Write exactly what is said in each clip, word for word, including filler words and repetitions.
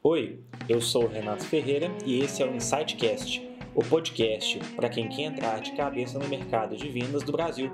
Oi, eu sou o Renato Ferreira e esse é o InsightCast, o podcast para quem quer entrar de cabeça no mercado de vendas do Brasil.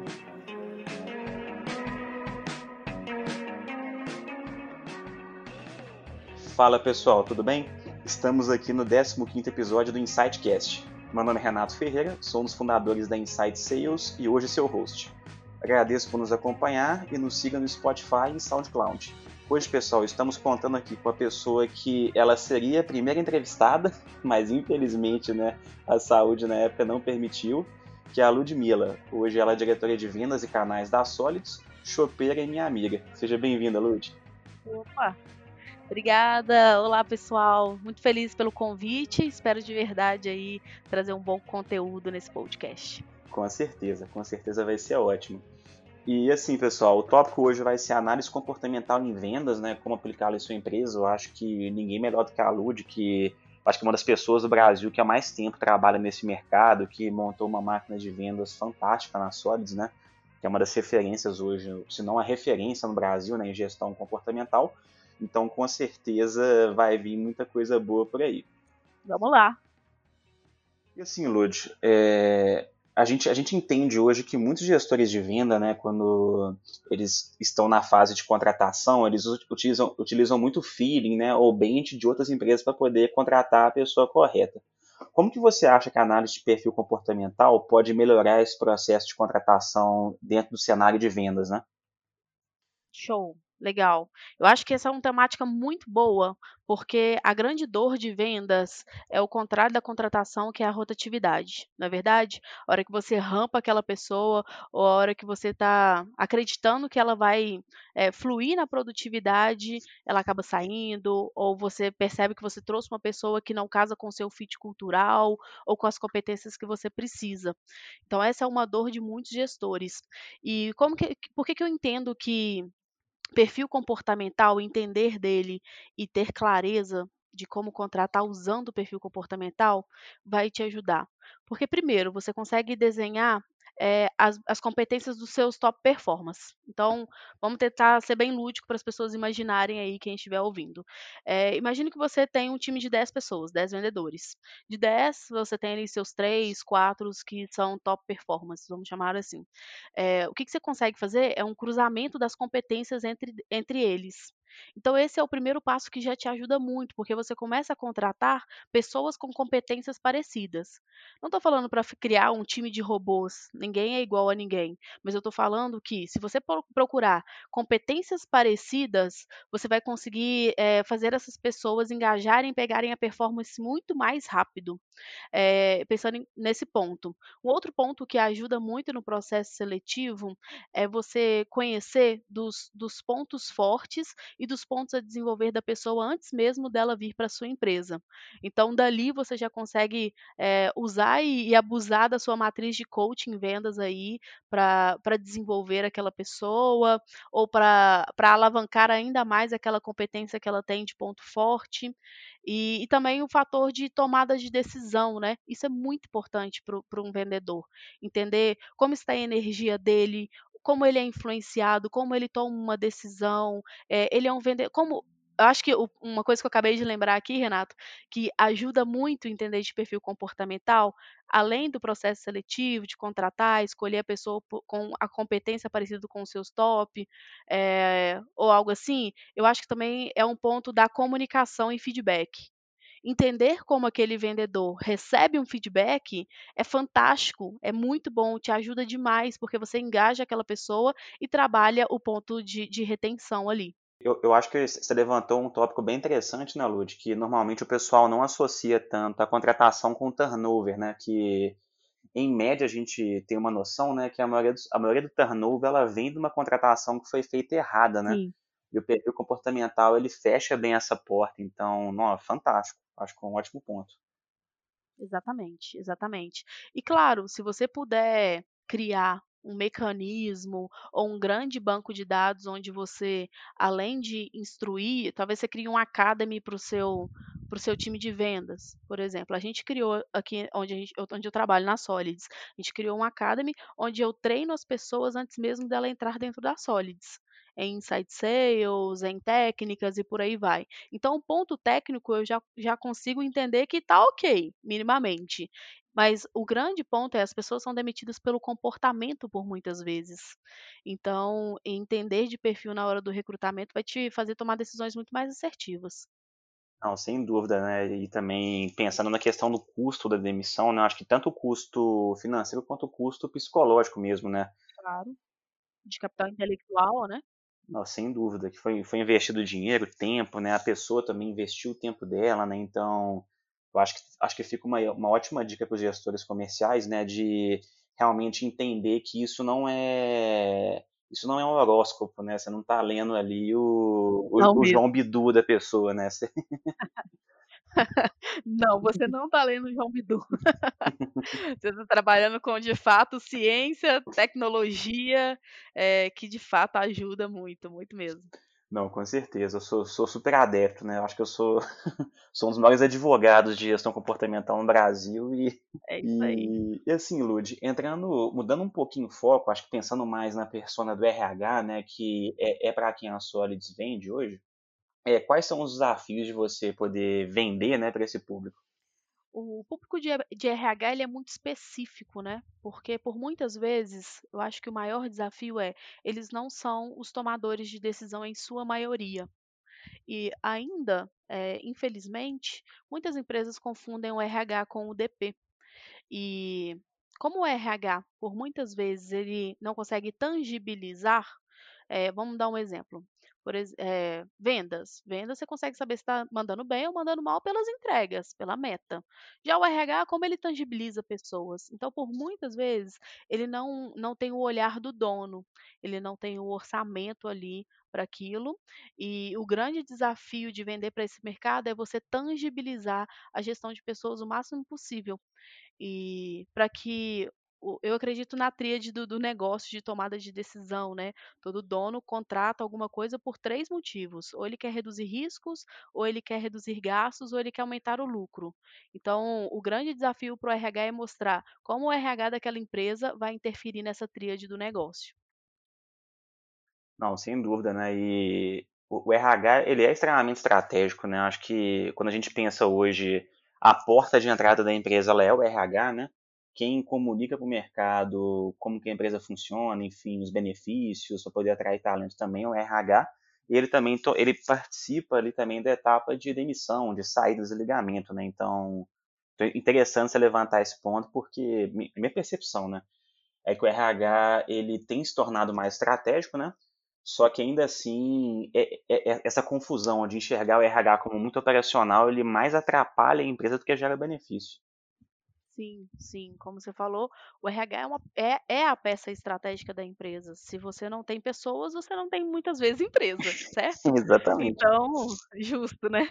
Fala pessoal, tudo bem? Estamos aqui no décimo quinto episódio do InsightCast. Meu nome é Renato Ferreira, sou um dos fundadores da Insight Sales e hoje seu host. Agradeço por nos acompanhar e nos siga no Spotify e SoundCloud. Hoje, pessoal, estamos contando aqui com a pessoa que ela seria a primeira entrevistada, mas infelizmente, né, a saúde na época não permitiu, que é a Ludmila. Hoje ela é diretora de vendas e canais da Solids, chopeira e minha amiga. Seja bem-vinda, Lud. Opa! Obrigada, olá pessoal, muito feliz pelo convite, espero de verdade aí trazer um bom conteúdo nesse podcast. Com certeza, com certeza vai ser ótimo. E assim, pessoal, o tópico hoje vai ser análise comportamental em vendas, né? Como aplicá-la em sua empresa. Eu acho que ninguém melhor do que a Lud, que acho que é uma das pessoas do Brasil que há mais tempo trabalha nesse mercado, que montou uma máquina de vendas fantástica na Solids, né? Que é uma das referências hoje, se não a referência no Brasil, né, em gestão comportamental. Então, com certeza, vai vir muita coisa boa por aí. Vamos lá. E assim, Lud, é, a, gente, a gente entende hoje que muitos gestores de venda, né, quando eles estão na fase de contratação, eles utilizam, utilizam muito feeling, né, ou bench de outras empresas para poder contratar a pessoa correta. Como que você acha que a análise de perfil comportamental pode melhorar esse processo de contratação dentro do cenário de vendas, né? Show, legal. Eu acho que essa é uma temática muito boa, porque a grande dor de vendas é o contrário da contratação, que é a rotatividade. Na verdade, a hora que você rampa aquela pessoa, ou a hora que você está acreditando que ela vai eh, fluir na produtividade, ela acaba saindo, ou você percebe que você trouxe uma pessoa que não casa com o seu fit cultural ou com as competências que você precisa. Então, essa é uma dor de muitos gestores. E como que, por que que eu entendo que perfil comportamental, entender dele e ter clareza de como contratar usando o perfil comportamental, vai te ajudar. Porque primeiro, você consegue desenhar, eh, as as competências dos seus top performers. Então, vamos tentar ser bem lúdico para as pessoas imaginarem aí, quem estiver ouvindo. Eh, imagine que você tem um time de dez pessoas, dez vendedores. De dez, você tem ali seus três, quatro que são top performers, vamos chamar assim. Eh, o que que você consegue fazer é um cruzamento das competências entre entre eles. Então esse é o primeiro passo que já te ajuda muito, porque você começa a contratar pessoas com competências parecidas. Não estou falando para criar um time de robôs, ninguém é igual a ninguém, mas eu estou falando que se você pro procurar competências parecidas, você vai conseguir, eh, fazer essas pessoas engajarem e pegarem a performance muito mais rápido. Eh, pensando em nesse ponto. Um outro ponto que ajuda muito no processo seletivo é você conhecer dos dos pontos fortes e dos pontos a desenvolver da pessoa antes mesmo dela vir para sua empresa. Então dali você já consegue, eh, usar e e abusar da sua matriz de coaching em vendas aí, para pra desenvolver aquela pessoa, ou para para alavancar ainda mais aquela competência que ela tem de ponto forte. E e também o fator de tomada de decisão, né, isso é muito importante para um vendedor, entender como está a energia dele, como ele é influenciado, como ele toma uma decisão, eh, ele é um vende como eu acho que o uma coisa que eu acabei de lembrar aqui, Renato, que ajuda muito entender de perfil comportamental, além do processo seletivo, de contratar, escolher a pessoa po com a competência parecida com os seus top, eh, ou algo assim, eu acho que também é um ponto da comunicação e feedback. Entender como aquele vendedor recebe um feedback é fantástico, é muito bom, te ajuda demais, porque você engaja aquela pessoa e trabalha o ponto de de retenção ali. Eu, eu acho que você levantou um tópico bem interessante, né, Lud? Que normalmente o pessoal não associa tanto a contratação com o turnover, né? Que em média a gente tem uma noção, né, que a maioria do, a maioria do turnover ela vem de uma contratação que foi feita errada, né? Sim. E o perfil comportamental ele fecha bem essa porta. Então, não, fantástico. Acho que é um ótimo ponto. Exatamente, exatamente. E claro, se você puder criar um mecanismo ou um grande banco de dados onde você, além de instruir, talvez você crie um academy para o seu para o seu time de vendas, por exemplo. A gente criou aqui onde, a gente, onde eu trabalho, na Solids, a gente criou um academy onde eu treino as pessoas antes mesmo dela entrar dentro da Solids. em inside sales, em técnicas e por aí vai. Então o ponto técnico eu já já consigo entender que tá ok, minimamente. Mas o grande ponto é as pessoas são demitidas pelo comportamento por muitas vezes. Então, entender de perfil na hora do recrutamento vai te fazer tomar decisões muito mais assertivas. Não, sem dúvida, né? E também pensando na questão do custo da demissão, né? Acho que tanto o custo financeiro quanto o custo psicológico mesmo, né? Claro. De capital intelectual, né. Não, sem dúvida, que foi, foi investido dinheiro, tempo, né? A pessoa também investiu o tempo dela, né? Então, eu acho que, acho que fica uma, uma ótima dica para os gestores comerciais, né? De realmente entender que isso não é isso não é um horóscopo, né? Você não está lendo ali o, Não o, o mesmo. João Bidu da pessoa, né? Você, Não, você não está lendo João Bidu. Você está trabalhando com, de fato, ciência, tecnologia, eh, que de fato ajuda muito, muito mesmo. não, com certeza, eu sou, sou super adepto, né? Eu acho que eu sou, sou um dos maiores advogados de gestão comportamental no Brasil e, É isso aí. e, e assim, Lud, entrando, mudando um pouquinho o foco, acho que pensando mais na persona do R H, né, que é, é para quem a Solids vende hoje, é, quais são os desafios de você poder vender, né, para esse público? O público de de R H ele é muito específico, né, porque por muitas vezes, eu acho que o maior desafio é, eles não são os tomadores de decisão em sua maioria. E ainda, eh, infelizmente, muitas empresas confundem o R H com o D P. E como o R H, por muitas vezes, ele não consegue tangibilizar, eh, vamos dar um exemplo, por exe eh, vendas. Vendas você consegue saber se está mandando bem ou mandando mal pelas entregas, pela meta. Já o R H, como ele tangibiliza pessoas? Então, por muitas vezes, ele não não tem o olhar do dono, ele não tem o orçamento ali para aquilo, e o grande desafio de vender para esse mercado é você tangibilizar a gestão de pessoas o máximo possível. E para que o eu acredito na tríade do do negócio de tomada de decisão, né. Todo dono contrata alguma coisa por três motivos: ou ele quer reduzir riscos, ou ele quer reduzir gastos, ou ele quer aumentar o lucro. Então, o grande desafio para o R H é mostrar como o R H daquela empresa vai interferir nessa tríade do negócio. Não, sem dúvida, né? E o o R H, ele é extremamente estratégico, né? Acho que quando a gente pensa hoje, a porta de entrada da empresa, ela é o R H, né? Quem comunica para o mercado como que a empresa funciona, enfim, os benefícios, para poder atrair talento também é o R H. E ele também to- ele participa ali também da etapa de demissão, de saída, desligamento, né? Então, é interessante você levantar esse ponto, porque mi- minha percepção, né? É que o R H ele tem se tornado mais estratégico, né? Só que ainda assim, é- é- é- essa confusão de enxergar o R H como muito operacional, ele mais atrapalha a empresa do que gera benefício. Sim, sim, como você falou, o R H é uma é é a peça estratégica da empresa. Se você não tem pessoas, você não tem muitas vezes empresa, certo? Exatamente. Então justo, né?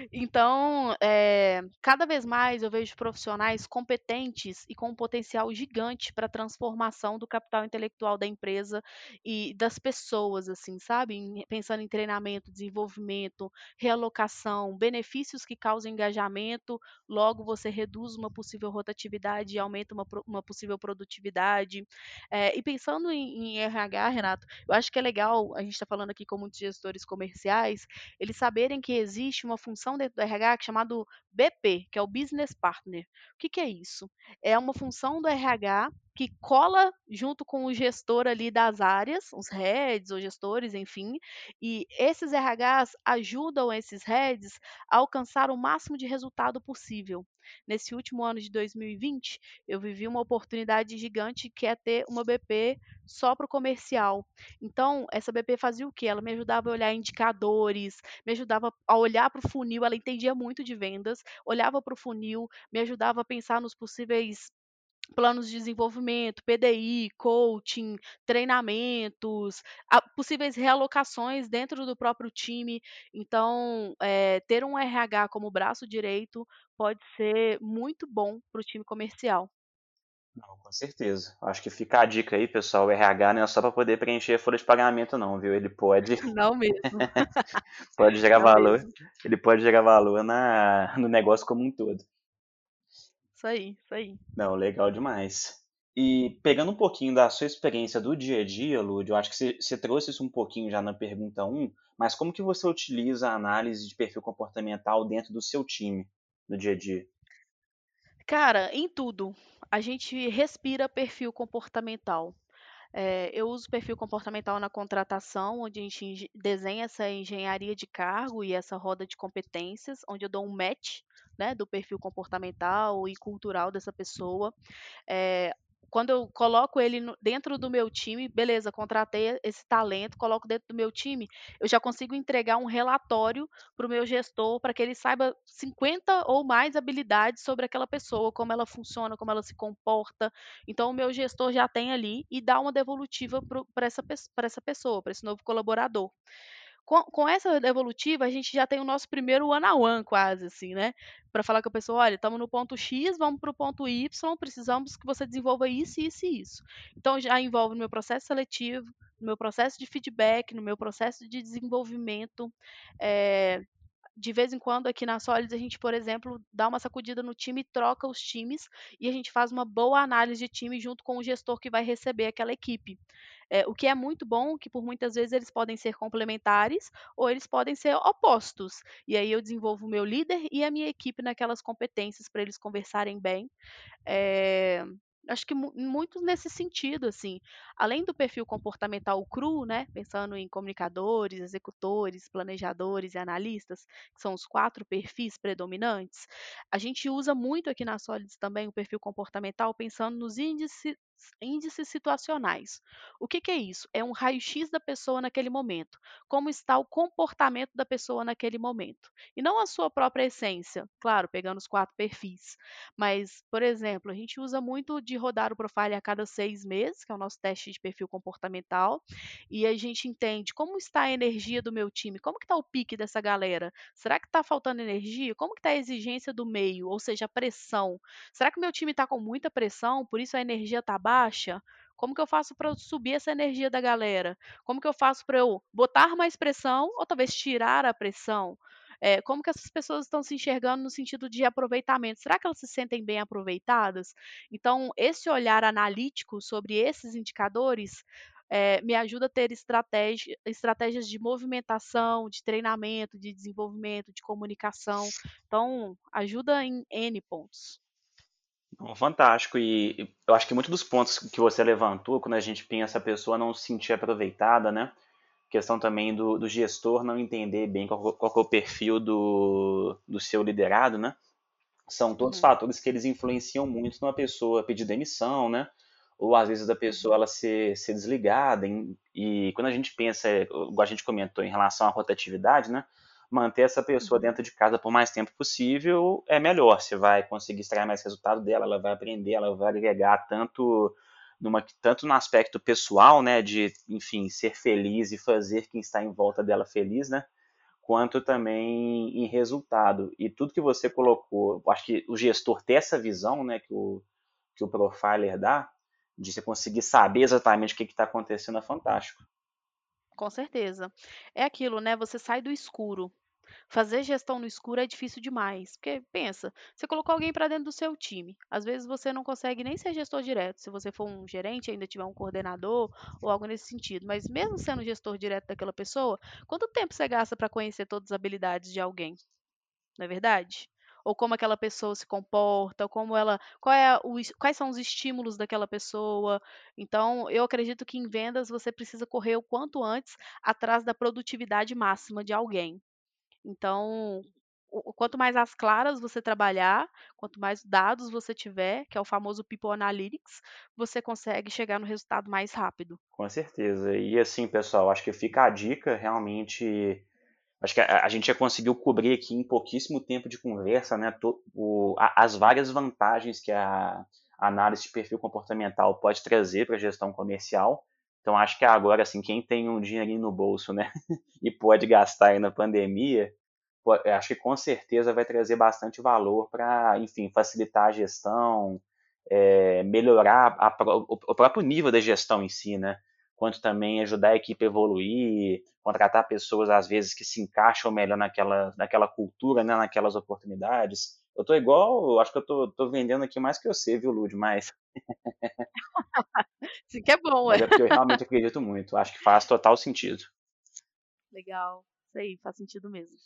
Então, eh, cada vez mais eu vejo profissionais competentes e com um potencial gigante para a transformação do capital intelectual da empresa e das pessoas, assim, sabe? Em pensando em treinamento, desenvolvimento, realocação, benefícios que causam engajamento, logo você reduz uma possível rotatividade e aumenta uma pro uma possível produtividade. Eh, e pensando em em R H, Renato, eu acho que é legal, a gente está falando aqui com muitos gestores comerciais, eles saberem que existe uma função dentro do R H que é chamado B P, que é o Business Partner. O que que é isso? É uma função do R H que cola junto com o gestor ali das áreas, os heads ou gestores, enfim, e esses R Hs ajudam esses heads a alcançar o máximo de resultado possível. Nesse último ano de dois mil e vinte, eu vivi uma oportunidade gigante que é ter uma B P só para o comercial. Então, essa B P fazia o quê? Ela me ajudava a olhar indicadores, me ajudava a olhar para o funil, ela entendia muito de vendas, olhava para o funil, me ajudava a pensar nos possíveis planos de desenvolvimento, P D I, coaching, treinamentos, a possíveis realocações dentro do próprio time. Então, eh, ter um R H como braço direito pode ser muito bom para o time comercial. Não, com certeza. Acho que fica a dica aí, pessoal. O R H não é só para poder preencher a folha de pagamento, não, viu? Ele pode, Não mesmo, pode gerar não valor. mesmo. Ele pode gerar valor na, no negócio como um todo. Isso aí, isso aí. Não, legal demais. E pegando um pouquinho da sua experiência do dia a dia, Lud, eu acho que você, você trouxe isso um pouquinho já na pergunta um, mas como que você utiliza a análise de perfil comportamental dentro do seu time no dia a dia? Cara, em tudo, a gente respira perfil comportamental. Eh, eu uso perfil comportamental na contratação, onde a gente engi desenha essa engenharia de cargo e essa roda de competências, onde eu dou um match, né, do perfil comportamental e cultural dessa pessoa. Eh, Quando eu coloco ele no dentro do meu time, beleza, contratei esse talento, coloco dentro do meu time, eu já consigo entregar um relatório para o meu gestor, para que ele saiba cinquenta ou mais habilidades sobre aquela pessoa, como ela funciona, como ela se comporta. Então o meu gestor já tem ali e dá uma devolutiva para essa pes pra essa pessoa, para esse novo colaborador. Com com essa devolutiva, a gente já tem o nosso primeiro one on one quase, assim, né, para falar com a pessoa: "Olha, estamos no ponto X, vamos para o ponto Y, precisamos que você desenvolva isso, isso e isso". Então já envolve no meu processo seletivo, no meu processo de feedback, no meu processo de desenvolvimento, eh de vez em quando aqui na Solids a gente, por exemplo, dá uma sacudida no time, troca os times e a gente faz uma boa análise de time junto com o gestor que vai receber aquela equipe. Eh, o que é muito bom, que por muitas vezes eles podem ser complementares ou eles podem ser opostos. E aí eu desenvolvo o meu líder e a minha equipe naquelas competências para eles conversarem bem. Eh, Acho que mu muito nesse sentido, assim. Além do perfil comportamental cru, né, pensando em comunicadores, executores, planejadores e analistas, que são os quatro perfis predominantes, a gente usa muito aqui na Solids também o perfil comportamental pensando nos índices índices situacionais. O que que é isso? É um raio-x da pessoa naquele momento, como está o comportamento da pessoa naquele momento, e não a sua própria essência, claro, pegando os quatro perfis. Mas, por exemplo, a gente usa muito de rodar o Profile a cada seis meses, que é o nosso teste de perfil comportamental, e a gente entende como está a energia do meu time, como que está o pique dessa galera. Será que está faltando energia? Como que está a exigência do meio, ou seja, a pressão? Será que o meu time está com muita pressão, por isso a energia está baixa? Como que eu faço para subir essa energia da galera? Como que eu faço para eu botar mais pressão ou talvez tirar a pressão? Eh, como que essas pessoas estão se enxergando no sentido de aproveitamento? Será que elas se sentem bem aproveitadas? Então, esse olhar analítico sobre esses indicadores, eh, me ajuda a ter estratégia estratégias de movimentação, de treinamento, de desenvolvimento, de comunicação. Então, ajuda em N pontos. Bom, fantástico. E e eu acho que muitos dos pontos que você levantou, quando a gente pensa a pessoa não se sentir aproveitada, né? Questão também do, do gestor não entender bem qual, qual que é o perfil do, do seu liderado, né? São todos Uhum, fatores que eles influenciam muito numa pessoa pedir demissão, né? Ou às vezes da pessoa uhum, ela ser, ser desligada. em- e quando a gente pensa, igual a gente comentou em relação à rotatividade, né? Manter essa pessoa uhum. dentro de casa por mais tempo possível é melhor. Você vai conseguir extrair mais resultado dela, ela vai aprender, ela vai agregar tanto numa, tanto no aspecto pessoal, né? De, enfim, ser feliz e fazer quem está em volta dela feliz, né? Quanto também em resultado. E tudo que você colocou, acho que o gestor ter essa visão, né, que o, que o profiler dá, de você conseguir saber exatamente o que está acontecendo, é fantástico. Com certeza. É aquilo, né, você sai do escuro. Fazer gestão no escuro é difícil demais, porque pensa, você colocou alguém para dentro do seu time. Às vezes você não consegue nem ser gestor direto, se você for um gerente, ainda tiver um coordenador ou algo nesse sentido. Mas mesmo sendo gestor direto daquela pessoa, quanto tempo você gasta para conhecer todas as habilidades de alguém, não é verdade? Ou como aquela pessoa se comporta, ou como ela, qual é o, es- quais são os estímulos daquela pessoa. Então, eu acredito que em vendas você precisa correr o quanto antes atrás da produtividade máxima de alguém. Então, o o quanto mais às claras você trabalhar, quanto mais dados você tiver, que é o famoso People Analytics, você consegue chegar no resultado mais rápido. Com certeza. E assim, pessoal, acho que fica a dica, realmente. Acho que a, a gente já conseguiu cobrir aqui em pouquíssimo tempo de conversa, né, to, o, a, as várias vantagens que a, a análise de perfil comportamental pode trazer para a gestão comercial. Então, acho que agora, assim, quem tem um dinheirinho no bolso, né, e pode gastar aí na pandemia, pô, eu acho que com certeza vai trazer bastante valor para, enfim, facilitar a gestão, é, melhorar a, o, o próprio nível da gestão em si, né? Quanto também ajudar a equipe a evoluir, contratar pessoas às vezes que se encaixam melhor naquela, naquela cultura, né, naquelas oportunidades. Eu tô igual, eu acho que eu tô, tô vendendo aqui mais que você, viu, Lud? Mas, Sim, que é bom, é. mas é porque eu realmente acredito muito. Acho que faz total sentido. Legal. Isso aí, faz sentido mesmo.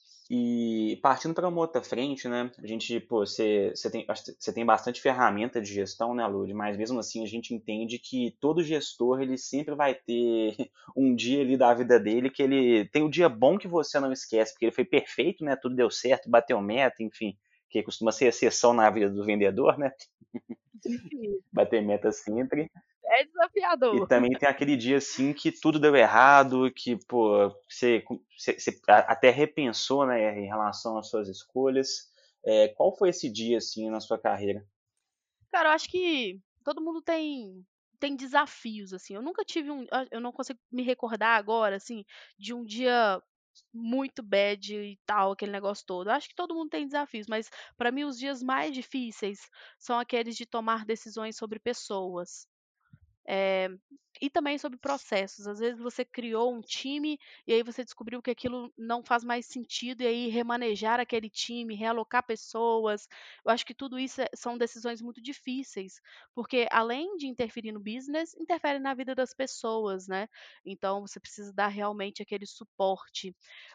E partindo para uma outra frente, né? A gente, pô, você, você tem, acho que você tem bastante ferramenta de gestão, né, Lud? Mas mesmo assim a gente entende que todo gestor ele sempre vai ter um dia ali da vida dele que ele tem o dia bom que você não esquece, porque ele foi perfeito, né? Tudo deu certo, bateu meta, enfim, que costuma ser exceção na vida do vendedor, né? Difícil. Bater meta sempre. É E desafiador. também tem aquele dia assim que tudo deu errado, que pô, você, você, você até repensou, né, em relação às suas escolhas. É, qual foi esse dia assim na sua carreira? Cara, eu acho que todo mundo tem tem desafios, assim. Eu nunca tive um a eu não consigo me recordar agora, assim, de um dia muito bad e tal, aquele negócio todo. Eu acho que todo mundo tem desafios, mas pra mim os dias mais difíceis são aqueles de tomar decisões sobre pessoas. Eh, e também sobre processos. Às vezes você criou um time e aí você descobriu que aquilo não faz mais sentido, e aí remanejar aquele time, realocar pessoas. Eu acho que tudo isso é- são decisões muito difíceis, porque além de interferir no business, interfere na vida das pessoas, né? Então você precisa dar realmente aquele suporte.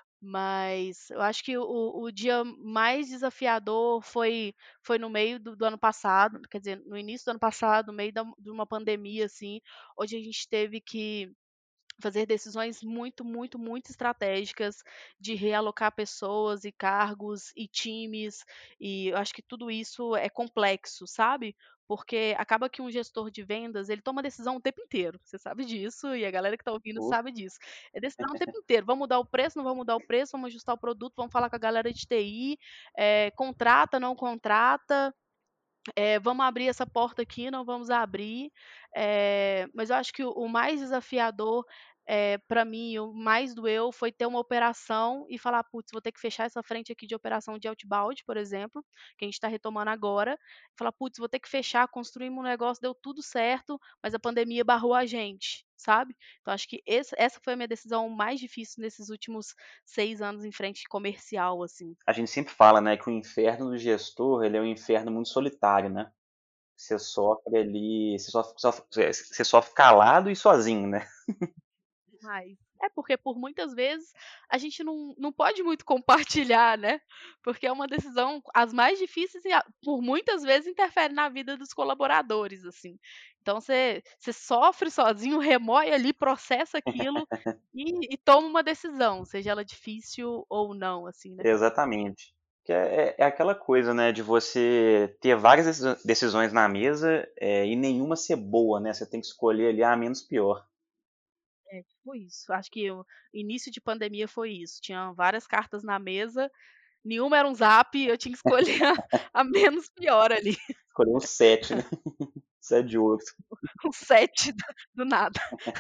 Mas eu acho que o o dia mais desafiador foi foi no meio do do ano passado, quer dizer, no início do ano passado, no meio da de uma pandemia, assim, onde a gente teve que fazer decisões muito, muito, muito estratégicas de realocar pessoas e cargos e times, e eu acho que tudo isso é complexo, sabe? Porque acaba que um gestor de vendas, ele toma decisão o tempo inteiro, você sabe disso e a galera que está ouvindo Pô, sabe disso. É decisão o tempo inteiro, vamos mudar o preço, não vamos mudar o preço, vamos ajustar o produto, vamos falar com a galera de T I, eh, contrata, não contrata, eh, vamos abrir essa porta aqui, não vamos abrir. Eh, mas eu acho que o o mais desafiador, eh, pra mim, o mais doeu foi ter uma operação e falar: "Putz, vou ter que fechar essa frente aqui de operação de outbound", por exemplo, que a gente está retomando agora. Falar: "Putz, vou ter que fechar, construímos um negócio, deu tudo certo, mas a pandemia barrou a gente", sabe. Então acho que esse essa foi a minha decisão mais difícil nesses últimos seis anos em frente comercial, assim. a gente sempre fala, né, que o inferno do gestor ele é um inferno muito solitário, né? Você sofre ali, você sofre, sofre- você sofre calado e sozinho, né? Demais. É, porque por muitas vezes a gente não não pode muito compartilhar, né, porque é uma decisão as mais difíceis e a por muitas vezes interfere na vida dos colaboradores, assim. Então você você sofre sozinho, remoe ali, processa aquilo e e toma uma decisão, seja ela difícil ou não, assim, né. Exatamente. Que é, é- é aquela coisa, né, de você ter várias decisões decisões na mesa é, e nenhuma ser boa, né? Você tem que escolher ali a menos pior. É, tipo isso. Acho que o início de pandemia foi isso, tinha várias cartas na mesa, nenhuma era um zap, eu tinha que escolher a a menos pior ali. Escolher um sete, né? Sete de ouro. Um sete do do nada.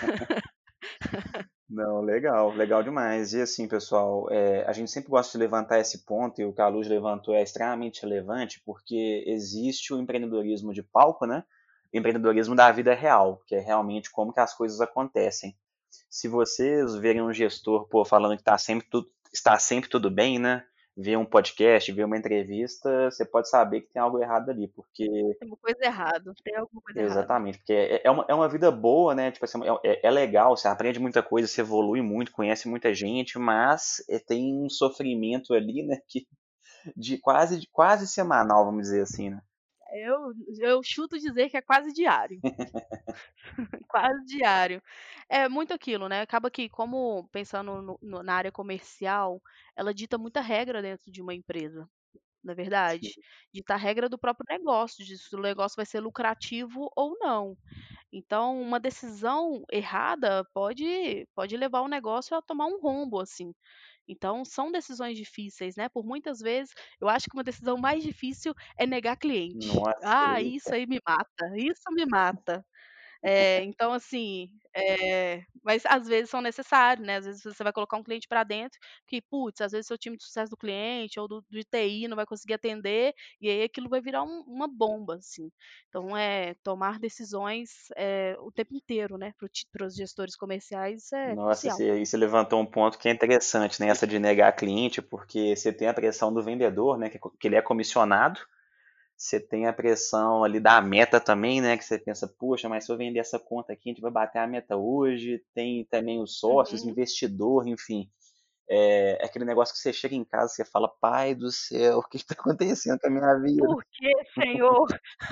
Não, legal, legal demais. E assim, pessoal, é, a gente sempre gosta de levantar esse ponto, e o que a Luz levantou é extremamente relevante, porque existe o empreendedorismo de palco, né? O empreendedorismo da vida real, que é realmente como que as coisas acontecem. Se vocês verem um gestor, pô, falando que tá sempre tudo, está sempre tudo bem, né? Ver um podcast, ver uma entrevista, você pode saber que tem algo errado ali, porque Tem uma coisa errada, tem alguma coisa errada. exatamente, porque é, é uma, é uma vida boa, né? Tipo assim, é, é legal, você aprende muita coisa, você evolui muito, conhece muita gente, mas é, tem um sofrimento ali, né? Que, de quase, quase semanal, vamos dizer assim, né? Eu eu chuto dizer que é quase diário, quase diário. É muito aquilo, né, acaba que como pensando no no na área comercial, ela dita muita regra dentro de uma empresa, não é Sim. verdade? Dita a regra do próprio negócio, de se o negócio vai ser lucrativo ou não. Então, uma decisão errada pode pode levar o negócio a tomar um rombo, assim. Então, são decisões difíceis, né, por muitas vezes, eu acho que uma decisão mais difícil é negar cliente. Nossa, Ah, eita. isso aí me mata, isso me mata. Eh, então assim, eh, mas às vezes são necessários, né, às vezes você vai colocar um cliente para dentro que, putz, às vezes seu time de sucesso do cliente ou do de T I não vai conseguir atender, e aí aquilo vai virar um uma bomba, assim. Então, é tomar decisões, eh, o tempo inteiro, né, para os gestores comerciais, isso é Nossa, crucial. você, você levantou um ponto que é interessante, né? Essa de negar cliente, porque você tem a pressão do vendedor, né? Que, que ele é comissionado. Você tem a pressão ali da meta também, né? Que você pensa, poxa, mas se eu vender essa conta aqui, a gente vai bater a meta hoje. Tem também os sócios, Uhum. investidor, enfim. É, é aquele negócio que você chega em casa e você fala, pai do céu, o que está acontecendo com a minha vida? Por que, Senhor?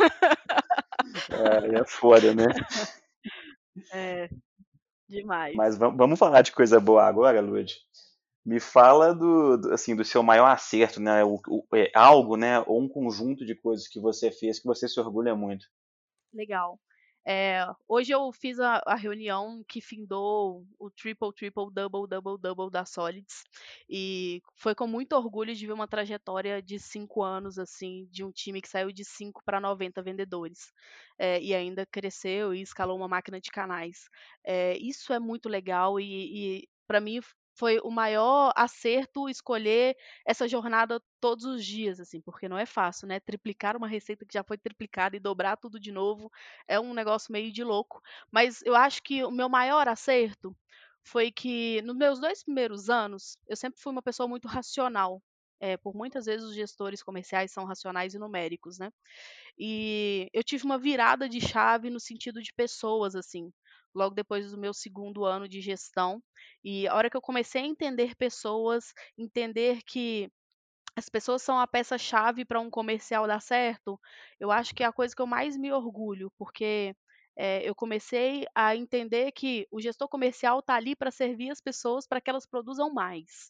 É, é foda, né? É, demais. Mas vam- vamos falar de coisa boa agora, Lud. Me fala do, do, assim, do seu maior acerto, né? O, o- é algo, né? Ou um conjunto de coisas que você fez que você se orgulha muito. Legal. Eh, hoje eu fiz a a reunião que findou o triple, triple, double, double, double da Solids, e foi com muito orgulho de ver uma trajetória de cinco anos, assim, de um time que saiu de cinco para noventa vendedores, eh, e ainda cresceu e escalou uma máquina de canais. Eh, isso é muito legal e para mim foi o maior acerto escolher essa jornada todos os dias, assim, porque não é fácil, né, triplicar uma receita que já foi triplicada e dobrar tudo de novo, é um negócio meio de louco. Mas eu acho que o meu maior acerto foi que nos meus dois primeiros anos, eu sempre fui uma pessoa muito racional. Eh, por muitas vezes os gestores comerciais são racionais e numéricos, né. E eu tive uma virada de chave no sentido de pessoas, assim, logo depois do meu segundo ano de gestão, e a hora que eu comecei a entender pessoas, entender que as pessoas são a peça-chave para um comercial dar certo, eu acho que é a coisa que eu mais me orgulho, porque, eh, eu comecei a entender que o gestor comercial está ali para servir as pessoas para que elas produzam mais.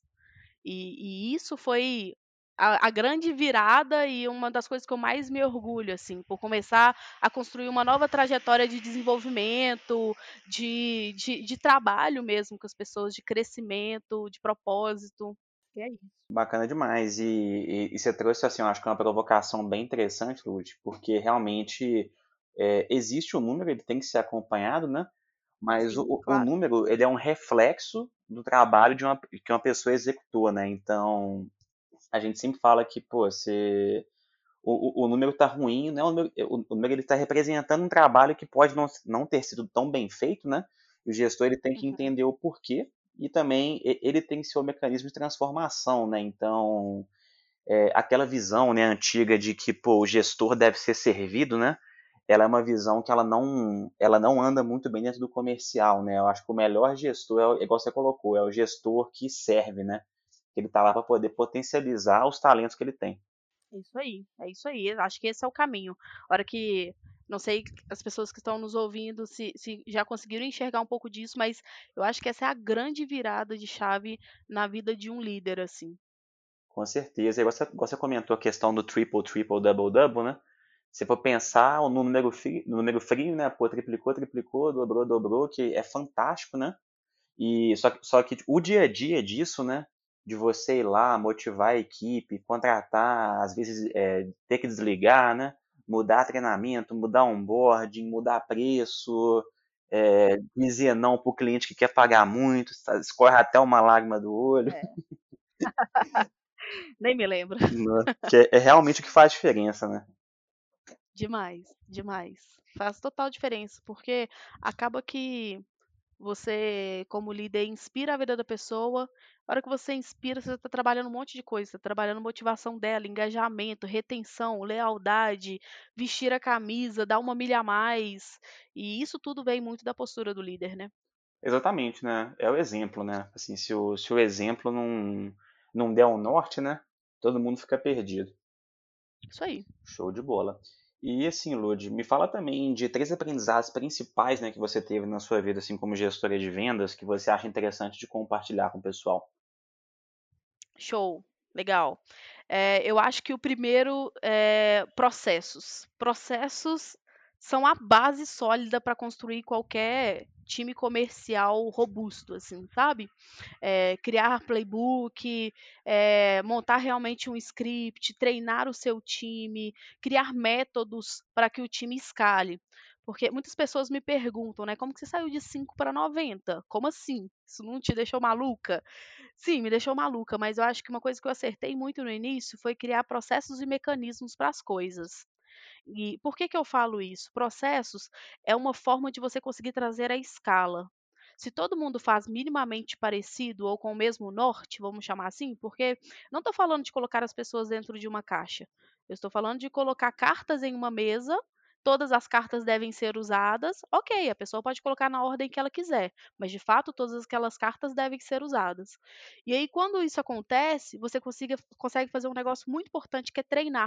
E e isso foi a a grande virada e uma das coisas que eu mais me orgulho, assim, por começar a construir uma nova trajetória de desenvolvimento, de de de trabalho mesmo com as pessoas, de crescimento, de propósito. E é isso. Bacana demais. E, e, e você trouxe, assim, eu acho que uma provocação bem interessante, Lud, porque realmente é, existe o número, ele tem que ser acompanhado, né? Mas Sim, o, o claro. número, ele é um reflexo do trabalho de uma, que uma pessoa executou, né? Então, a gente sempre fala que, pô, você o, o, o número está ruim, né? O número, o, o número ele está representando um trabalho que pode não, não ter sido tão bem feito, né? E o gestor ele tem que Uhum. entender o porquê e também ele tem que ser o mecanismo de transformação, né? Então, é, aquela visão, né, antiga de que pô, o gestor deve ser servido, né? Ela é uma visão que ela não, ela não anda muito bem dentro do comercial, né? Eu acho que o melhor gestor é, o- igual você colocou, é o gestor que serve, né? Ele está lá para poder potencializar os talentos que ele tem. É isso aí, é isso aí. Eu acho que esse é o caminho. A hora que não sei as pessoas que estão nos ouvindo se se já conseguiram enxergar um pouco disso, mas eu acho que essa é a grande virada de chave na vida de um líder, assim. Com certeza. E você, você comentou a questão do triple, triple, double, double, né? Se for pensar no número, frio, no número frio, né? Pô, triplicou, triplicou, dobrou, dobrou, que é fantástico, né? E só, que- só que o dia a dia disso, né? De você ir lá, motivar a equipe, contratar, às vezes é, ter que desligar, né? Mudar treinamento, mudar onboarding, mudar preço, é, dizer não para o cliente que quer pagar muito, escorre até uma lágrima do olho. É, nem me lembro. Né? Que é, é realmente o que faz diferença, né? Demais, demais. Faz total diferença, porque acaba que você, como líder, inspira a vida da pessoa. A hora que você inspira, você está trabalhando um monte de coisa. Você está trabalhando motivação dela, engajamento, retenção, lealdade, vestir a camisa, dar uma milha a mais. E isso tudo vem muito da postura do líder, né? Exatamente, né? É o exemplo, né? Assim, se o, se o exemplo não, não der o norte, né? Todo mundo fica perdido. Isso aí. Show de bola. E assim, Lud, me fala também de três aprendizados principais, né, que você teve na sua vida, assim como gestora de vendas, que você acha interessante de compartilhar com o pessoal. Show, legal. Eh, eu acho que o primeiro é processos. Processos são a base sólida para construir qualquer time comercial robusto, assim, sabe? Eh, criar playbook, eh, montar realmente um script, treinar o seu time, criar métodos para que o time escale. Porque muitas pessoas me perguntam, né, como que você saiu de cinco para noventa? Como assim? Isso não te deixou maluca? Sim, me deixou maluca, mas eu acho que uma coisa que eu acertei muito no início foi criar processos e mecanismos para as coisas. E por que que eu falo isso? Processos é uma forma de você conseguir trazer a escala. Se todo mundo faz minimamente parecido ou com o mesmo norte, vamos chamar assim, porque não estou falando de colocar as pessoas dentro de uma caixa. Eu estou falando de colocar cartas em uma mesa, todas as cartas devem ser usadas. Ok, a pessoa pode colocar na ordem que ela quiser, mas de fato todas aquelas cartas devem ser usadas. E aí, quando isso acontece, você consiga, consegue fazer um negócio muito importante que é treinar.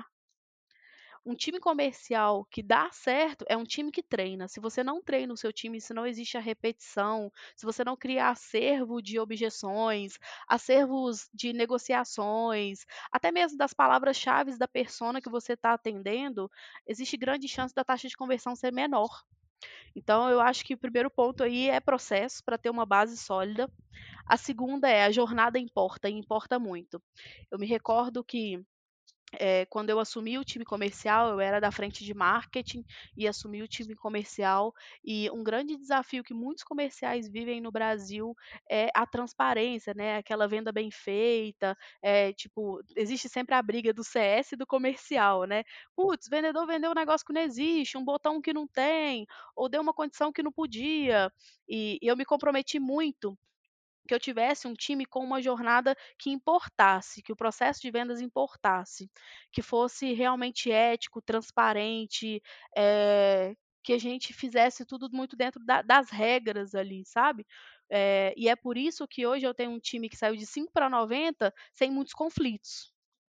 Um time comercial que dá certo é um time que treina. Se você não treina o seu time, se não existe a repetição, se você não cria acervo de objeções, acervos de negociações, até mesmo das palavras-chave da persona que você está atendendo, existe grande chance da taxa de conversão ser menor. Então, eu acho que o primeiro ponto aí é processo para ter uma base sólida. A segunda é a jornada importa, e importa muito. Eu me recordo que eh, quando eu assumi o time comercial, eu era da frente de marketing e assumi o time comercial. E um grande desafio que muitos comerciais vivem no Brasil é a transparência, né? Aquela venda bem feita. É, tipo, existe sempre a briga do C S e do comercial, né? Putz, vendedor vendeu um negócio que não existe, um botão que não tem, ou deu uma condição que não podia. E, e eu me comprometi muito que eu tivesse um time com uma jornada que importasse, que o processo de vendas importasse, que fosse realmente ético, transparente, eh, que a gente fizesse tudo muito dentro da das regras ali, sabe. Eh, e é por isso que hoje eu tenho um time que saiu de cinco para noventa sem muitos conflitos.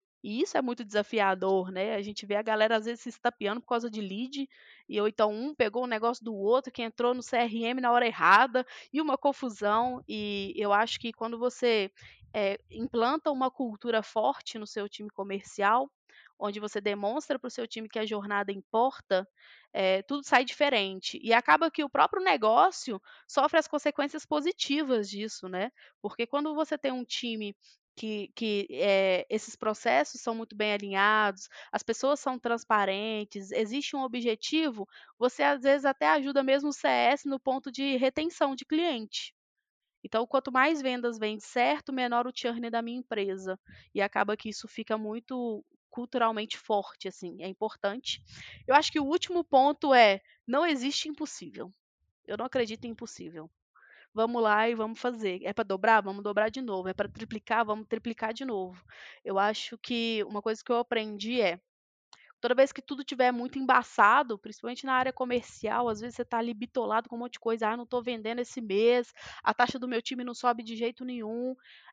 E isso é muito desafiador, né, a gente vê a galera às vezes se estapeando por causa de lead, e ou então um pegou um negócio do outro que entrou no C R M na hora errada, e uma confusão, e eu acho que quando você, eh, implanta uma cultura forte no seu time comercial, onde você demonstra para o seu time que a jornada importa, eh, tudo sai diferente. E acaba que o próprio negócio sofre as consequências positivas disso, né, porque quando você tem um time que que, eh, esses processos são muito bem alinhados, as pessoas são transparentes, existe um objetivo, você às vezes até ajuda mesmo o C S no ponto de retenção de cliente. Então, quanto mais vendas vem certo, menor o churn da minha empresa. E acaba que isso fica muito culturalmente forte, assim, é importante. Eu acho que o último ponto é: não existe impossível. Eu não acredito em impossível. Vamos lá e vamos fazer. É para dobrar? Vamos dobrar de novo. É para triplicar? Vamos triplicar de novo. Eu acho que uma coisa que eu aprendi é, toda vez que tudo tiver muito embaçado, principalmente na área comercial, às vezes você está ali bitolado com um monte de coisa, ah, não estou vendendo esse mês, a taxa do meu time não sobe de jeito nenhum.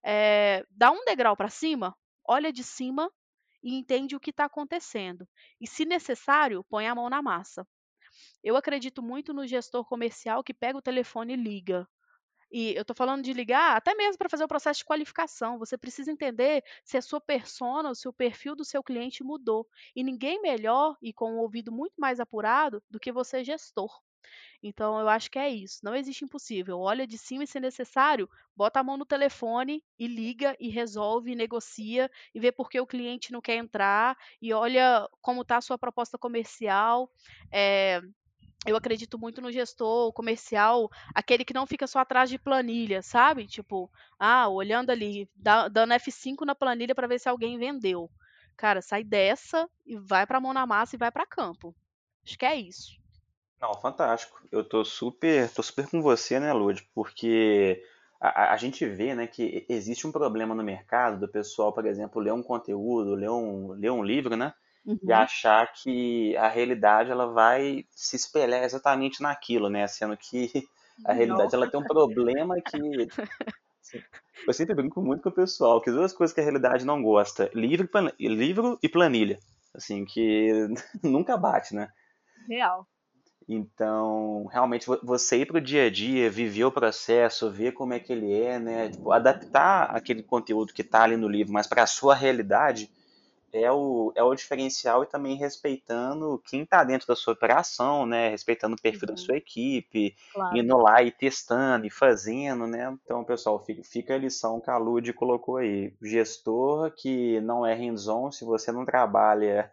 Eh, dá um degrau para cima, olha de cima e entende o que está acontecendo. E, se necessário, põe a mão na massa. Eu acredito muito no gestor comercial que pega o telefone e liga. E eu estou falando de ligar até mesmo para fazer o processo de qualificação. Você precisa entender se a sua persona, o seu perfil do seu cliente mudou. E ninguém melhor e com um ouvido muito mais apurado do que você, gestor. Então, eu acho que é isso. Não existe impossível. Olha de cima e, se necessário, bota a mão no telefone e liga e resolve, e negocia e vê por que o cliente não quer entrar e olha como está a sua proposta comercial. Eh, eu acredito muito no gestor comercial, aquele que não fica só atrás de planilha, sabe? Tipo, ah, olhando ali, dá- dando F cinco na planilha para ver se alguém vendeu. Cara, sai dessa e vai pra mão na massa e vai pra campo. Acho que é isso. Não, fantástico. Eu tô super, tô super com você, né, Lud? Porque a, a- a gente vê, né, que existe um problema no mercado do pessoal, por exemplo, ler um conteúdo, ler um, ler um livro, né, e Uhum. achar que a realidade ela vai se espelhar exatamente naquilo, né, sendo que a Não. realidade ela tem um problema que assim, eu sempre brinco muito com o pessoal, que duas coisas que a realidade não gosta, livro, e plan- livro e planilha, assim, que nunca bate, né? Real. Então, realmente, vo- você ir para o dia a dia, viver o processo, ver como é que ele é, né? Tipo, adaptar aquele conteúdo que está ali no livro, mas para a sua realidade, é o, é o diferencial e também respeitando quem está dentro da sua operação, né? Respeitando o perfil da sua Uhum, equipe, claro. indo lá e testando e fazendo, né? Então, pessoal, fica, fica a lição que a Lud colocou aí. Gestor que não é hands-on, se você não trabalha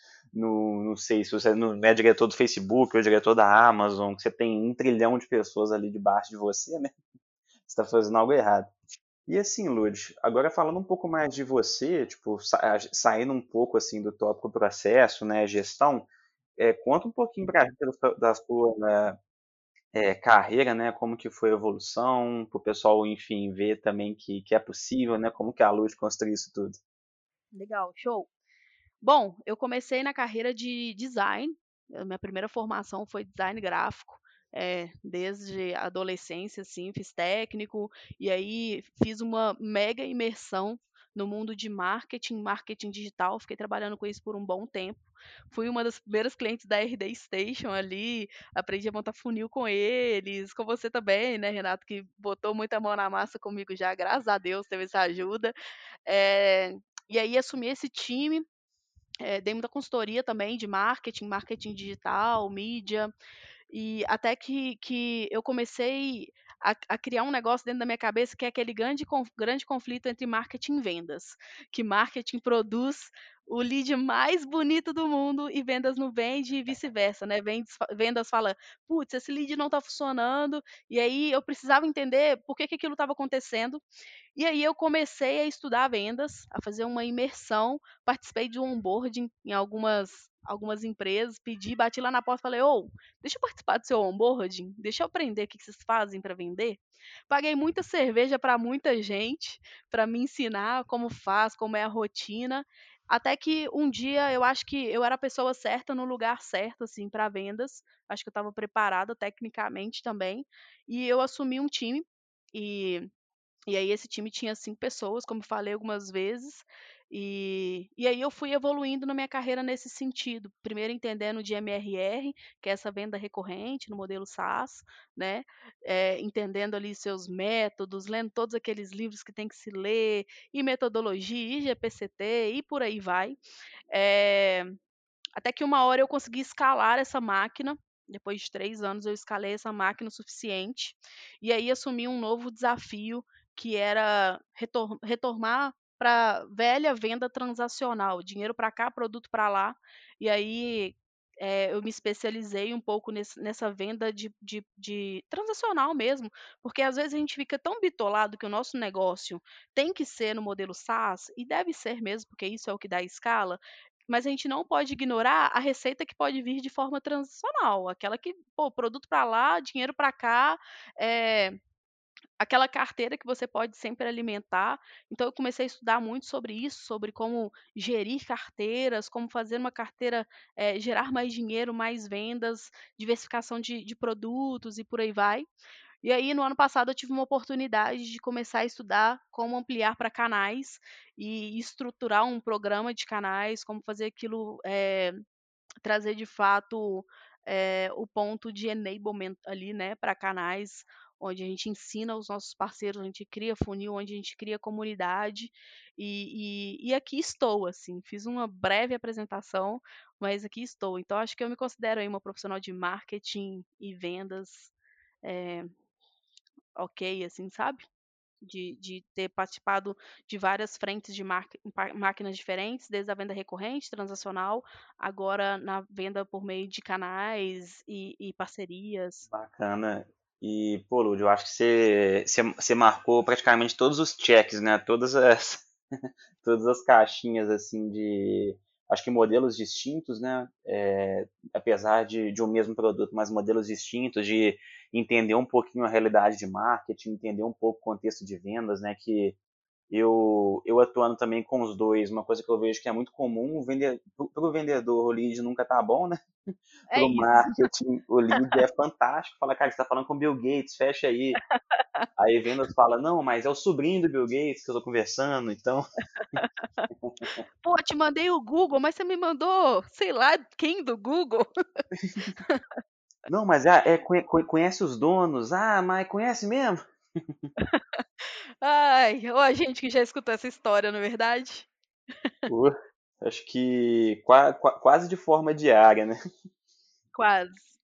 no, não sei, se você não é diretor do Facebook ou diretor da Amazon, que você tem um trilhão de pessoas ali debaixo de você, né? Você está fazendo algo errado. E assim, Lud, agora falando um pouco mais de você, tipo, sa- saindo um pouco assim do tópico processo, né, gestão, é, conta um pouquinho pra gente da sua, da sua, né, é, carreira, né, como que foi a evolução, para o pessoal, enfim, ver também que, que é possível, né, como que a Lud construiu isso tudo. Legal, show. Bom, eu comecei na carreira de design. A minha primeira formação foi design gráfico, eh, desde a adolescência, assim, fiz técnico, e aí fiz uma mega imersão no mundo de marketing, marketing digital, fiquei trabalhando com isso por um bom tempo. Fui uma das primeiras clientes da R D Station ali, aprendi a montar funil com eles, com você também, né, Renato, que botou muita mão na massa comigo já, graças a Deus teve essa ajuda. Eh, e aí assumi esse time, eh, dei muita consultoria também de marketing, marketing digital, mídia, e até que que eu comecei a a criar um negócio dentro da minha cabeça que é aquele grande conf grande conflito entre marketing e vendas, que marketing produz o lead mais bonito do mundo e vendas não vende e vice-versa, né, vendes fa vendas fala: "Putz, esse lead não está funcionando", e aí eu precisava entender por que que aquilo estava acontecendo, e aí eu comecei a estudar vendas, a fazer uma imersão, participei de um onboarding em algumas algumas empresas, pedi, bati lá na porta e falei: "Ô, deixa eu participar do seu onboarding, deixa eu aprender o que que vocês fazem para vender". Paguei muita cerveja para muita gente, para me ensinar como faz, como é a rotina, até que um dia eu acho que eu era a pessoa certa no lugar certo, assim, para vendas, acho que eu estava preparada tecnicamente também, e eu assumi um time, e e aí esse time tinha cinco pessoas, como falei algumas vezes, e e aí eu fui evoluindo na minha carreira nesse sentido, primeiro entendendo de M R R, que é essa venda recorrente no modelo SaaS, né, eh, entendendo ali seus métodos, lendo todos aqueles livros que tem que se ler, e metodologia, e G P C T, e por aí vai. Eh Até que uma hora eu consegui escalar essa máquina, depois de três anos eu escalei essa máquina o suficiente, e aí assumi um novo desafio, que era retor retornar pra velha venda transacional, dinheiro para cá, produto para lá. E aí, eh, eu me especializei um pouco nesse nessa venda de de de transacional mesmo, porque às vezes a gente fica tão bitolado que o nosso negócio tem que ser no modelo SaaS, e deve ser mesmo, porque isso é o que dá escala, mas a gente não pode ignorar a receita que pode vir de forma transacional, aquela que, pô, produto para lá, dinheiro para cá, eh, aquela carteira que você pode sempre alimentar. Então eu comecei a estudar muito sobre isso, sobre como gerir carteiras, como fazer uma carteira, eh, gerar mais dinheiro, mais vendas, diversificação de de produtos e por aí vai. E aí no ano passado eu tive uma oportunidade de começar a estudar como ampliar para canais e estruturar um programa de canais, como fazer aquilo, eh, trazer de fato, eh, o ponto de enablement ali, né, para canais, onde a gente ensina os nossos parceiros, a gente cria funil, onde a gente cria comunidade, e e e aqui estou, assim, fiz uma breve apresentação, mas aqui estou. Então acho que eu me considero aí uma profissional de marketing e vendas, eh, ok, assim, sabe? De de ter participado de várias frentes de marque pa máquinas diferentes, desde a venda recorrente, transacional, agora na venda por meio de canais e e parcerias. Bacana. E, pô, Lud, eu acho que você, você, você marcou praticamente todos os checks, né? Todas as, todas as caixinhas, assim, de, acho que modelos distintos, né? É, apesar de, de um mesmo produto, mas modelos distintos, de entender um pouquinho a realidade de marketing, entender um pouco o contexto de vendas, né? Que eu, eu atuando também com os dois, uma coisa que eu vejo que é muito comum, para o vendedor o lead nunca tá bom, né? É Para o isso. marketing o lead é fantástico. Fala, cara, você está falando com o Bill Gates, fecha aí. Aí vendas fala, não, mas é o sobrinho do Bill Gates que eu estou conversando, então. "Pô, te mandei o Google, mas você me mandou, sei lá quem do Google". Não, mas é, é, conhe- conhe- conhece os donos? Ah, mas conhece mesmo? Ai, ou a gente que já escutou essa história, não é verdade? Pô. Acho que qua- qua- quase de forma diária, né? Quase.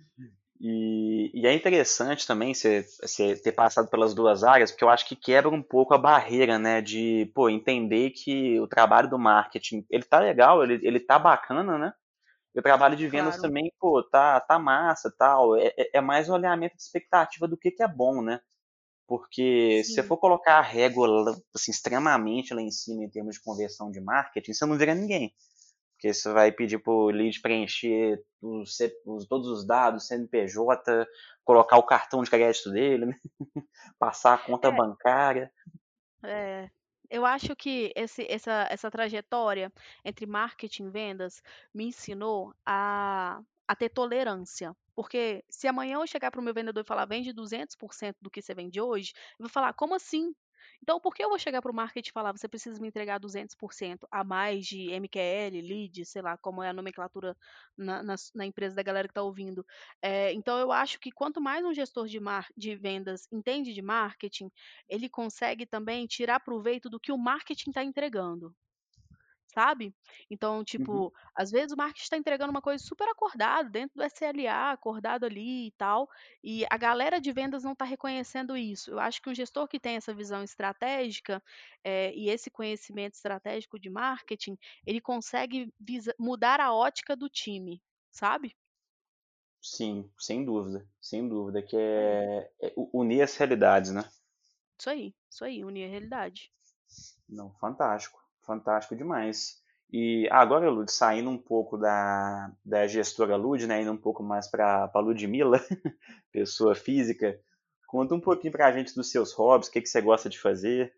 E, e é interessante também você, você ter passado pelas duas áreas, porque eu acho que quebra um pouco a barreira, né, de, pô, entender que o trabalho do marketing, ele tá legal, ele, ele tá bacana, né? E o trabalho de vendas Claro. também, pô, tá, tá massa, tal. É, é é mais um alinhamento de expectativa do que que é bom, né? Porque se você Sim. for colocar a régua lá, assim, extremamente lá em cima em termos de conversão de marketing, você não vira ninguém. Porque você vai pedir pro lead preencher os, os- todos os dados, C N P J, colocar o cartão de crédito dele, né? Passar a conta É, bancária. é. Eu acho que esse, essa, essa trajetória entre marketing e vendas me ensinou a, a ter tolerância. Porque se amanhã eu chegar para o meu vendedor e falar, vende duzentos por cento do que você vende hoje, eu vou falar, como assim? Então, por que eu vou chegar para o marketing e falar, você precisa me entregar duzentos por cento a mais de M Q L, lead, sei lá, como é a nomenclatura na, na, na empresa da galera que está ouvindo. É, então, eu acho que quanto mais um gestor de, mar, de vendas entende de marketing, ele consegue também tirar proveito do que o marketing está entregando, sabe? Então, Uhum. tipo, às vezes o marketing está entregando uma coisa super acordada, dentro do S L A, acordado ali e tal, e a galera de vendas não está reconhecendo isso. Eu acho que um gestor que tem essa visão estratégica eh, e esse conhecimento estratégico de marketing, ele consegue visa- mudar a ótica do time, sabe? Sim, sem dúvida. Sem dúvida. Que Isso aí, é, é unir as realidades, né? isso aí, isso aí, unir a realidade. Não, fantástico. Fantástico demais. E agora, Lud, saindo um pouco da, da gestora Lud, né, indo um pouco mais para a Ludmilla, pessoa física, conta um pouquinho pra gente dos seus hobbies, o que, que você gosta de fazer.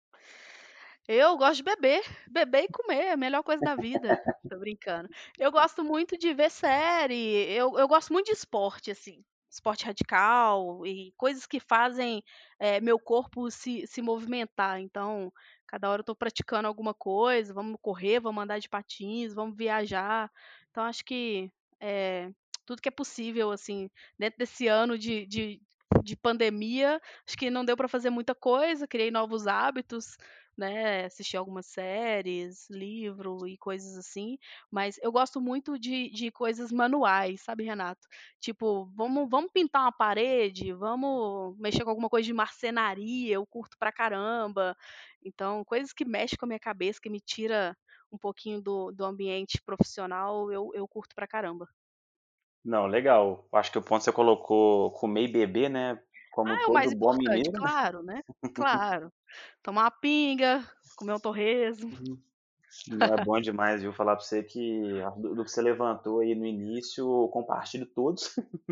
Eu gosto de beber, beber e comer, é a melhor coisa da vida. Tô brincando. Eu gosto muito de ver série, eu, eu gosto muito de esporte, assim, esporte radical e coisas que fazem eh, meu corpo se, se movimentar. Então, cada hora eu tô praticando alguma coisa, vamos correr, vamos andar de patins, vamos viajar. Então, acho que eh, tudo que é possível, assim, dentro desse ano de, de, de pandemia, acho que não deu para fazer muita coisa, criei novos hábitos, né, assistir algumas séries, livro e coisas assim, mas eu gosto muito de de coisas manuais, sabe, Renato? Tipo, vamos vamos pintar uma parede, vamos mexer com alguma coisa de marcenaria, eu curto pra caramba. Então, coisas que mexem com a minha cabeça, que me tira um pouquinho do do ambiente profissional, eu eu curto pra caramba. Não, legal. Acho que o ponto que você colocou comer e beber, né? Como Ah, é o todo mais bom importante, mineiro, né? claro, né, claro. Tomar uma pinga, comer um torresmo. Não é bom demais, viu? Falar pra você que do, do que você levantou aí no início, eu compartilho todos.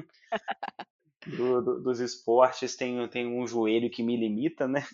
Do- do- dos esportes tem, tem um joelho que me limita, né?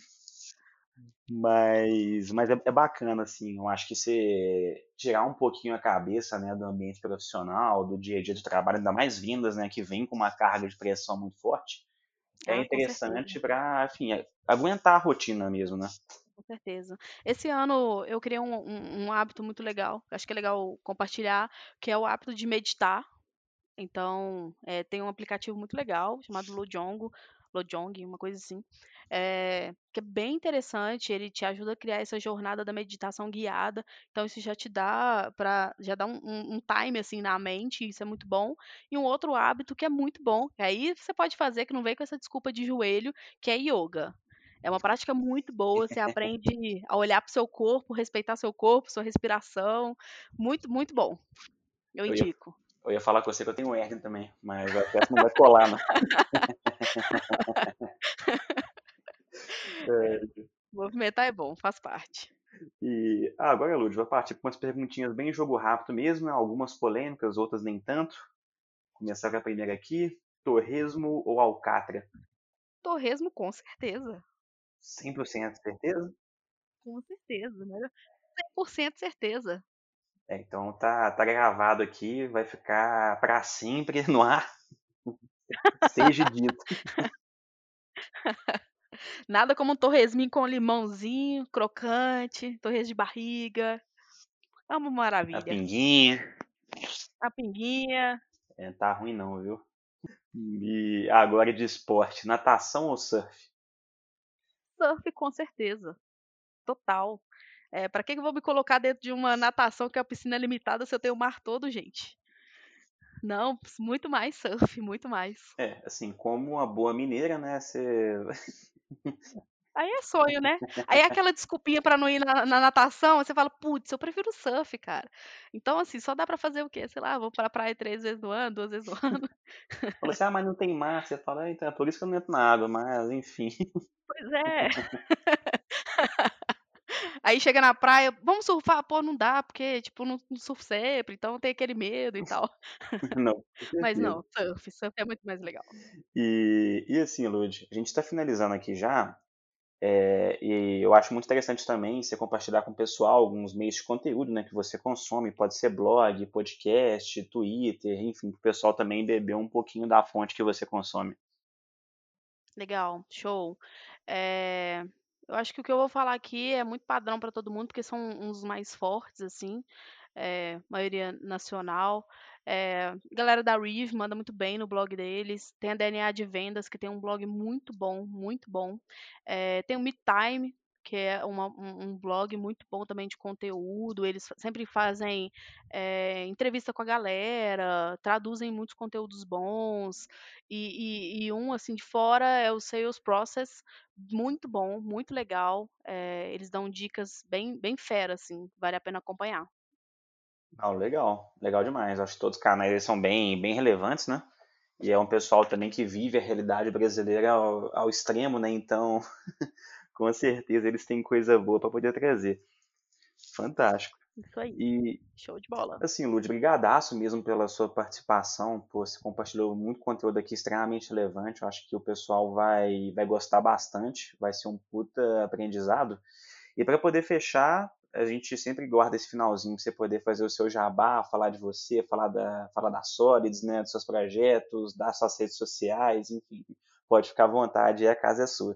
Mas, mas é, é bacana, assim. Eu acho que você tirar um pouquinho a cabeça, né, do ambiente profissional, do dia a dia de trabalho, ainda mais vindas, né, que vem com uma carga de pressão muito forte, é Ah, com certeza. interessante para, enfim, é- aguentar a rotina mesmo, né? Com certeza. Esse ano eu criei um um um hábito muito legal, acho que é legal compartilhar, que é o hábito de meditar. Então, eh, tem um aplicativo muito legal chamado Lojong, Lojong, uma coisa assim, eh, que é bem interessante, ele te ajuda a criar essa jornada da meditação guiada, então isso já te dá para já dá um um um time, assim, na mente, isso é muito bom. E um outro hábito que é muito bom, que aí você pode fazer, que não vem com essa desculpa de joelho, que é ioga. É uma prática muito boa, você aprende a olhar para o seu corpo, respeitar seu corpo, sua respiração, muito, muito bom, eu Eu ia, indico. eu ia falar com você que eu tenho hérnia também, mas acho que essa não vai colar, não. É, Movimentar é bom, faz parte. e ah, agora, Lud, vou partir para umas perguntinhas bem jogo rápido mesmo, né? Algumas polêmicas, outras nem tanto. Começar com a primeira aqui. Torresmo ou alcatra? Torresmo, com certeza, cem por cento certeza? com certeza, né, cem por cento certeza. É, então tá, tá gravado aqui, vai ficar para sempre no ar, seja dito. Nada como um torresminho com limãozinho, crocante, torresmo de barriga, é uma A maravilha. pinguinha. A pinguinha, É, tá ruim não, viu? E agora de esporte, natação ou surf? surf com certeza, total. É, para que que eu vou me colocar dentro de uma natação que a piscina é limitada se eu tenho o mar todo, gente? Não, muito mais surf, muito mais. É, assim, como uma boa mineira, né, você Aí é sonho, né. Aí é aquela desculpinha pra não ir na na natação, aí você fala: "Putz, eu prefiro surf, cara". Então, assim, só dá pra fazer o quê? Sei lá, vou pra praia três vezes no ano, duas vezes no ano. fala assim: "Ah, mas não tem mar", você fala: "É, então, é por isso que eu não entro na água", mas enfim. Pois é. Aí chega na praia: "Vamos surfar?". "Pô, não dá, porque, tipo, não não surfo sempre, então tem aquele medo e tal". Não, com Mas certeza. não, surf, surf é muito mais legal. E e assim, Lud, a gente está finalizando aqui já, eh, e eu acho muito interessante também você compartilhar com o pessoal alguns meios de conteúdo, né, que você consome, pode ser blog, podcast, Twitter, enfim, para o pessoal também beber um pouquinho da fonte que você consome. Legal, show. Eh, eu acho que o que eu vou falar aqui é muito padrão para todo mundo, porque são uns mais fortes, assim, eh, maioria nacional. Eh, galera da Reeve manda muito bem no blog deles. Tem a D N A de Vendas, que tem um blog muito bom, muito bom. Eh, tem o MeTime, que é uma um um blog muito bom também de conteúdo. Eles fa sempre fazem, eh, entrevista com a galera, traduzem muitos conteúdos bons. E e e um, assim, de fora é o Sales Process, muito bom, muito legal. Eh, eles dão dicas bem bem fera, assim, vale a pena acompanhar. Ah, legal, legal demais. Acho que todos os canais eles são bem, bem relevantes, né? E é um pessoal também que vive a realidade brasileira ao, ao extremo, né? Então, com certeza eles têm coisa boa para poder trazer. Fantástico. Isso aí, E, show de bola. assim, Lud, brigadaço mesmo pela sua participação. Pô, você compartilhou muito conteúdo aqui extremamente relevante. Eu acho que o pessoal vai, vai gostar bastante. Vai ser um puta aprendizado. E para poder fechar, a gente sempre guarda esse finalzinho para você poder fazer o seu jabá, falar de você, falar da, falar da Solids, né, dos seus projetos, das suas redes sociais, enfim. Pode ficar à vontade, a casa é sua.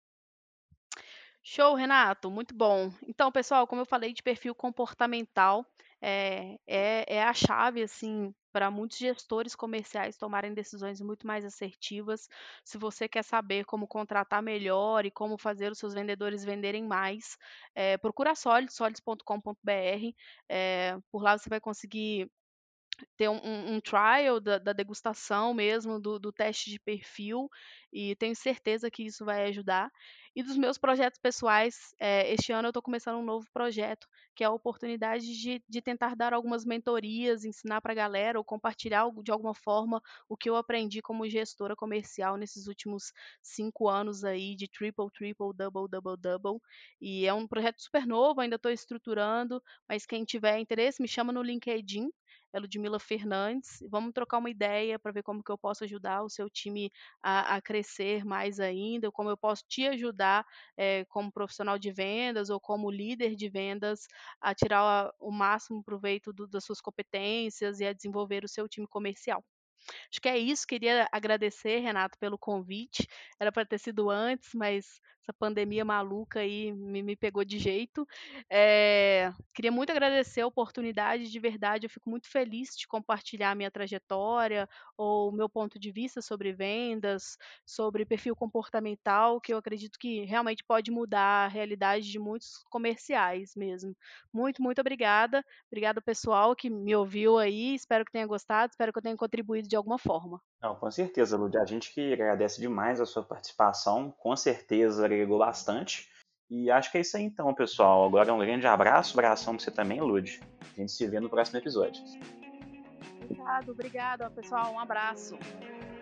Show, Renato, muito bom. Então, pessoal, como eu falei de perfil comportamental, é, é, é a chave, assim, para muitos gestores comerciais tomarem decisões muito mais assertivas. Se você quer saber como contratar melhor e como fazer os seus vendedores venderem mais, é, procura a Solids, solids ponto com ponto br. É, por lá você vai conseguir ter um um um trial da da degustação mesmo, do do teste de perfil, e tenho certeza que isso vai ajudar. E dos meus projetos pessoais, eh, este ano eu estou começando um novo projeto, que é a oportunidade de de tentar dar algumas mentorias, ensinar para a galera ou compartilhar algo de alguma forma o que eu aprendi como gestora comercial nesses últimos cinco anos aí de triple, triple, double, double, double. E é um projeto super novo, ainda estou estruturando, mas quem tiver interesse me chama no LinkedIn, é Ludmila Fernandes. Vamos trocar uma ideia para ver como que eu posso ajudar o seu time a, a crescer mais ainda, como eu posso te ajudar eh, como profissional de vendas ou como líder de vendas a tirar a- o máximo proveito do- das suas competências e a desenvolver o seu time comercial. Acho que é isso, queria agradecer, Renato, pelo convite. Era para ter sido antes, mas essa pandemia maluca aí me, me pegou de jeito. Eh, queria muito agradecer a oportunidade, de verdade, eu fico muito feliz de compartilhar a minha trajetória ou o meu ponto de vista sobre vendas, sobre perfil comportamental, que eu acredito que realmente pode mudar a realidade de muitos comerciais mesmo. Muito, muito obrigada. Obrigada, pessoal, que me ouviu aí. Espero que tenha gostado, espero que eu tenha contribuído de alguma forma. Não, com certeza, Lud. A gente que agradece demais a sua participação, com certeza agregou bastante. E acho que é isso aí então, pessoal. Agora um grande abraço, abração pra você também, Lud. A gente se vê no próximo episódio. Obrigado, obrigada, pessoal. Um abraço.